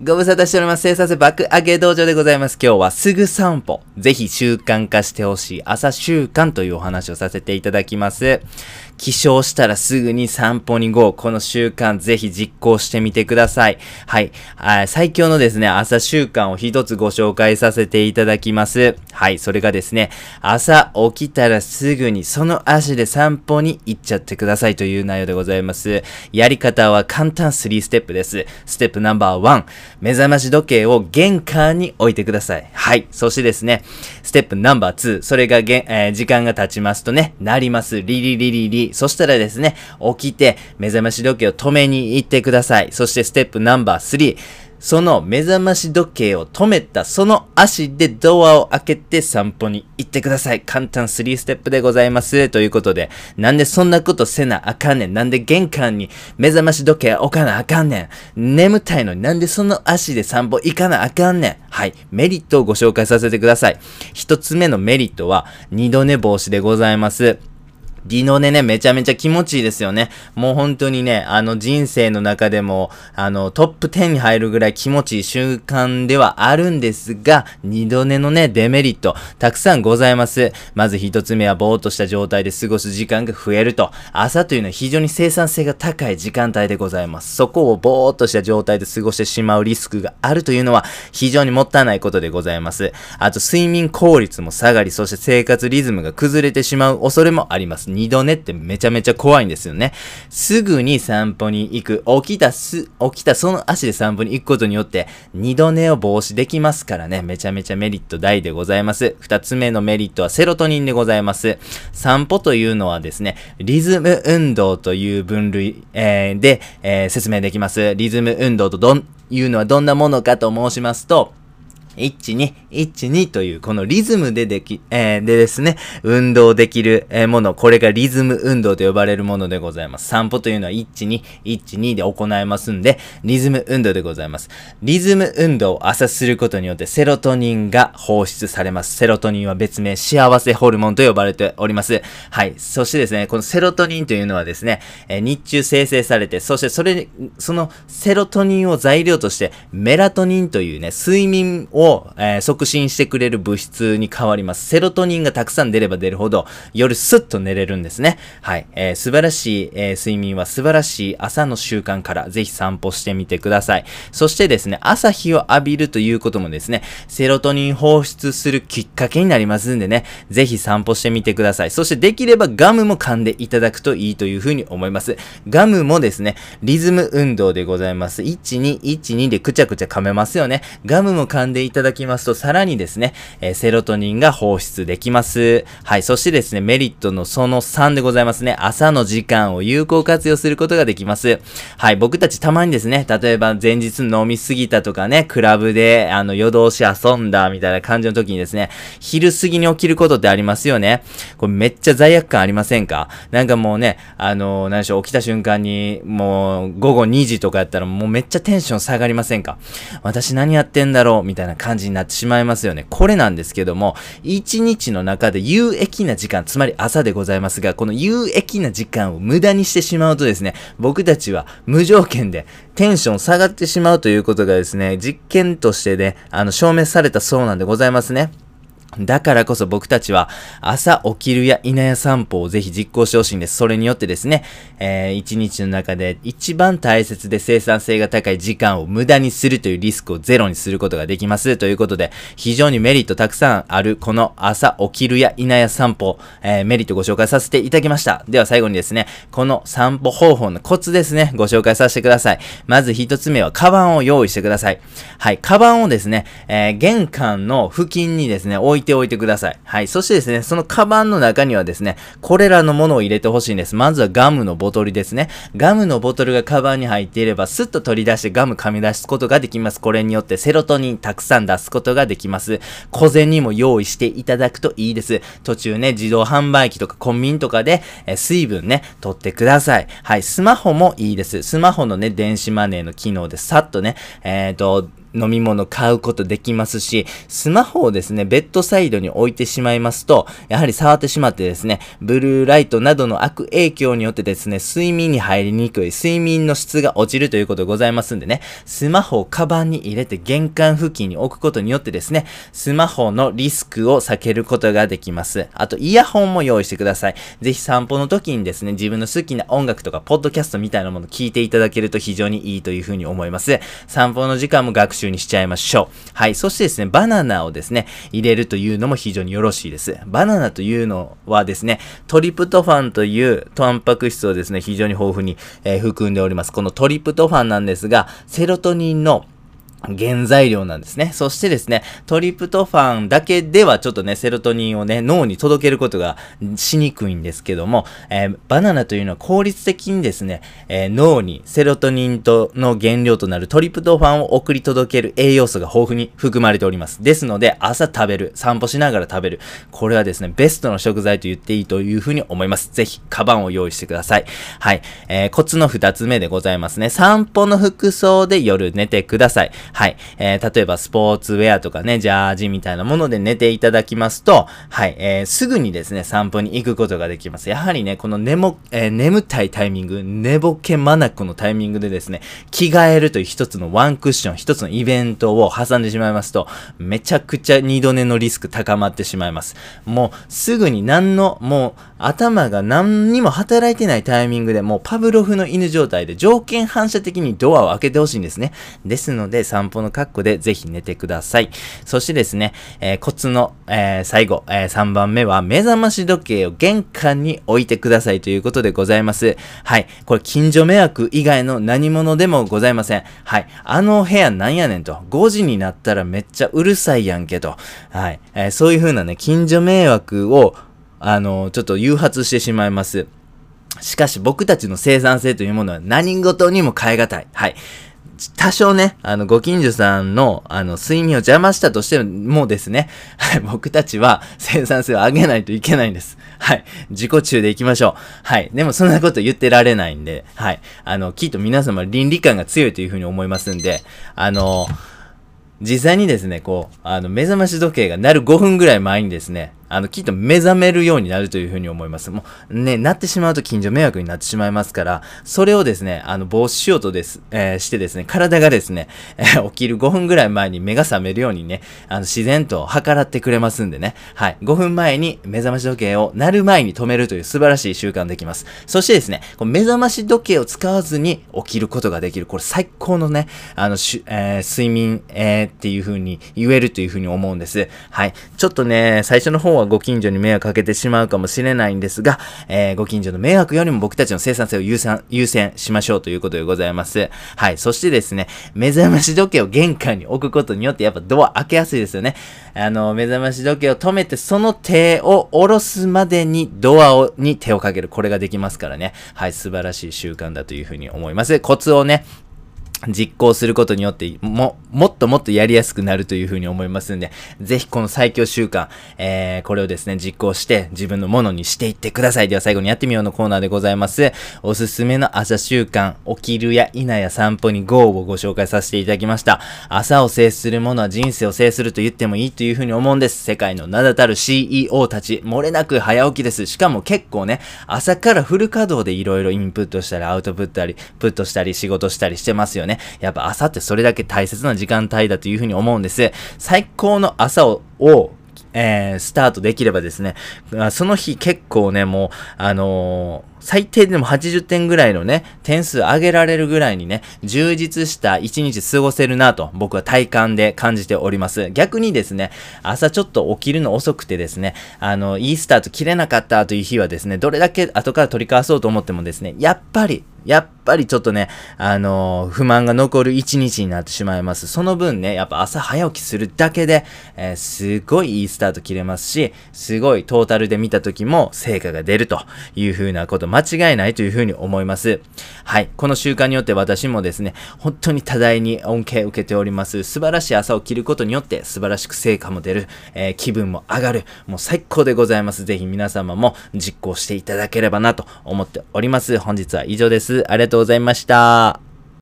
ご無沙汰しております。生産性爆上げ道場でございます。今日はすぐ散歩。ぜひ習慣化してほしい朝習慣というお話をさせていただきます。起床したらすぐに散歩に GO。この習慣ぜひ実行してみてください。はい。最強のですね、朝習慣を一つご紹介させていただきます。はい。それがですね、朝起きたらすぐにその足で散歩に行っちゃってくださいという内容でございます。やり方は簡単3ステップです。ステップナンバー1、目覚まし時計を玄関に置いてください。はい。そしてですね、ステップナンバー2、それが時間が経ちますとね、なります。リリリリリ。そしたらですね、起きて目覚まし時計を止めに行ってください。そしてステップナンバー3、その目覚まし時計を止めたその足でドアを開けて散歩に行ってください。簡単3ステップでございます。ということで、なんでそんなことせなあかんねん。なんで玄関に目覚まし時計置かなあかんねん。眠たいのになんでその足で散歩行かなあかんねん。はい。メリットをご紹介させてください。一つ目のメリットは二度寝防止でございます。二度寝ね、めちゃめちゃ気持ちいいですよね。もう本当にね、人生の中でも、トップ10に入るぐらい気持ちいい習慣ではあるんですが、二度寝のね、デメリット、たくさんございます。まず一つ目は、ぼーっとした状態で過ごす時間が増えると。朝というのは非常に生産性が高い時間帯でございます。そこをぼーっとした状態で過ごしてしまうリスクがあるというのは、非常にもったいないことでございます。あと、睡眠効率も下がり、そして生活リズムが崩れてしまう恐れもあります。二度寝ってめちゃめちゃ怖いんですよね。すぐに散歩に行く。起きたその足で散歩に行くことによって、二度寝を防止できますからね。めちゃめちゃメリット大でございます。二つ目のメリットはセロトニンでございます。散歩というのはですね、リズム運動という分類、で、説明できます。リズム運動というのはどんなものかと申しますと、1、2、1、2という、このリズムでですね、運動できるもの、これがリズム運動と呼ばれるものでございます。散歩というのは1、2、1、2で行えますんで、リズム運動でございます。リズム運動を朝することによってセロトニンが放出されます。セロトニンは別名幸せホルモンと呼ばれております。はい。そしてですね、このセロトニンというのはですね、日中生成されて、そしてそのセロトニンを材料としてメラトニンというね、睡眠を促進してくれる物質に変わります。セロトニンがたくさん出れば出るほど、夜スッと寝れるんですね。はい。素晴らしい、睡眠は素晴らしい朝の習慣から、ぜひ散歩してみてください。そしてですね、朝日を浴びるということもですね、セロトニン放出するきっかけになりますんでね、ぜひ散歩してみてください。そしてできればガムも噛んでいただくといいというふうに思います。ガムもですね、リズム運動でございます。1、2、1、2でくちゃくちゃ噛めますよね。ガムも噛んでいただきますと、さらにですね、セロトニンが放出できます。はい。そしてですね、メリットのその3でございますね。朝の時間を有効活用することができます。はい。僕たちたまにですね、例えば前日飲みすぎたとかね、クラブで夜通し遊んだみたいな感じの時にですね、昼過ぎに起きることってありますよね。これめっちゃ罪悪感ありませんか？なんかもうね、何でしょう、起きた瞬間にもう午後2時とかやったらもうめっちゃテンション下がりませんか？私何やってんだろうみたいな感じになってしまいますよね。これなんですけども、一日の中で有益な時間、つまり朝でございますが、この有益な時間を無駄にしてしまうとですね、僕たちは無条件でテンション下がってしまうということがですね、実験としてね、証明されたそうなんでございますね。だからこそ僕たちは朝起きるや否や散歩をぜひ実行してほしいんです。それによってですね、一日の中で一番大切で生産性が高い時間を無駄にするというリスクをゼロにすることができます。ということで、非常にメリットたくさんあるこの朝起きるや否や散歩、メリットご紹介させていただきました。では最後にですね、この散歩方法のコツですね、ご紹介させてください。まず一つ目はカバンを用意してください。はい、カバンをですね、玄関の付近にですね、置いてください。はい。そしてですね、そのカバンの中にはですね、これらのものを入れてほしいんです。まずはガムのボトルですね。ガムのボトルがカバンに入っていれば、スッと取り出してガム噛み出すことができます。これによってセロトニンたくさん出すことができます。小銭も用意していただくといいです。途中ね、自動販売機とかコンビニとかで、水分ね、取ってください。はい。スマホもいいです。スマホのね、電子マネーの機能でさっとね、 飲み物買うことできますし、スマホをですね、ベッドサイドに置いてしまいますと、やはり触ってしまってですね、ブルーライトなどの悪影響によってですね、睡眠に入りにくい、睡眠の質が落ちるということでございますんでね、スマホをカバンに入れて玄関付近に置くことによってですね、スマホのリスクを避けることができます。あと、イヤホンも用意してください。ぜひ散歩の時にですね、自分の好きな音楽とか、ポッドキャストみたいなものを聞いていただけると非常にいいというふうに思います。散歩の時間も学習にしちゃいましょう。はい。そしてですね、バナナをですね、入れるというのも非常によろしいです。バナナというのはですね、トリプトファンというタンパク質をですね、非常に豊富に、含んでおります。このトリプトファンなんですが、セロトニンの原材料なんですね。そしてですね、トリプトファンだけではちょっとね、セロトニンをね、脳に届けることがしにくいんですけども、バナナというのは効率的にですね、脳にセロトニンの原料となるトリプトファンを送り届ける栄養素が豊富に含まれております。ですので、朝食べる、散歩しながら食べる。これはですね、ベストの食材と言っていいというふうに思います。ぜひ、カバンを用意してください。はい。コツの2つ目でございますね。散歩の服装で夜寝てください。はい。例えばスポーツウェアとかね、ジャージみたいなもので寝ていただきますと、はい。すぐにですね、散歩に行くことができます。やはりね、この眠たいタイミング、寝ぼけまなこのタイミングでですね、着替えるという一つのワンクッション、一つのイベントを挟んでしまいますと、めちゃくちゃ二度寝のリスク高まってしまいます。もう、すぐにもう、頭が何にも働いてないタイミングでもうパブロフの犬状態で条件反射的にドアを開けてほしいんですね。ですので散歩の格好でぜひ寝てください。そしてですね、コツの、最後、3番目は目覚まし時計を玄関に置いてくださいということでございます。はい。これ近所迷惑以外の何者でもございません。はい。あの部屋なんやねんと。5時になったらめっちゃうるさいやんけと。はい。そういう風なね、近所迷惑をちょっと誘発してしまいます。しかし僕たちの生産性というものは何事にも変え難い。はい。多少ね、ご近所さんの、睡眠を邪魔したとしてもですね、はい、僕たちは生産性を上げないといけないんです。はい。自己中で行きましょう。はい。でもそんなこと言ってられないんで、はい。きっと皆様倫理観が強いというふうに思いますんで、実際にですね、目覚まし時計が鳴る5分ぐらい前にですね、きっと目覚めるようになるというふうに思います。もう、ね、なってしまうと近所迷惑になってしまいますから、それをですね、防止しようとしてですね、体がですね、起きる5分ぐらい前に目が覚めるようにね、自然と計らってくれますんでね、はい、5分前に目覚まし時計を鳴る前に止めるという素晴らしい習慣できます。そしてですね、目覚まし時計を使わずに起きることができる。これ最高のね、睡眠、っていう風に言えるという風に思うんです。はい。ちょっとね、最初の方はご近所に迷惑かけてしまうかもしれないんですが、ご近所の迷惑よりも僕たちの生産性を優先しましょうということでございます。はい。そしてですね、目覚まし時計を玄関に置くことによってやっぱドア開けやすいですよね。目覚まし時計を止めてその手を下ろすまでにドアに手をかける。これができますからね。はい。素晴らしい習慣だという風に思います。コツをね、実行することによってもっとやりやすくなるというふうに思いますんで、ぜひこの最強習慣、これをですね、実行して自分のものにしていってください。では最後にやってみようのコーナーでございます。おすすめの朝習慣、起きるや否や散歩に GO をご紹介させていただきました。朝を制するものは人生を制すると言ってもいいというふうに思うんです。世界の名だたる CEO たち、漏れなく早起きです。しかも結構ね、朝からフル稼働でいろいろインプットしたりアウトプットしたり仕事したりしてますよね。やっぱ朝ってそれだけ大切な時間帯だというふうに思うんです。最高の朝をスタートできればですね、その日結構ね、もう、最低でも80点ぐらいのね、点数上げられるぐらいにね、充実した一日過ごせるなと、僕は体感で感じております。逆にですね、朝ちょっと起きるの遅くてですね、いいスタート切れなかったという日はですね、どれだけ後から取り返そうと思ってもですね、やっぱりちょっとね、不満が残る一日になってしまいます。その分ね、やっぱ朝早起きするだけで、すごいいいスタート切れますし、すごいトータルで見た時も成果が出るという風なこと間違いないという風に思います。はい。この習慣によって私もですね、本当に多大に恩恵を受けております。素晴らしい朝を切ることによって素晴らしく成果も出る、気分も上がる、もう最高でございます。ぜひ皆様も実行していただければなと思っております。本日は以上です。ありがとうございました。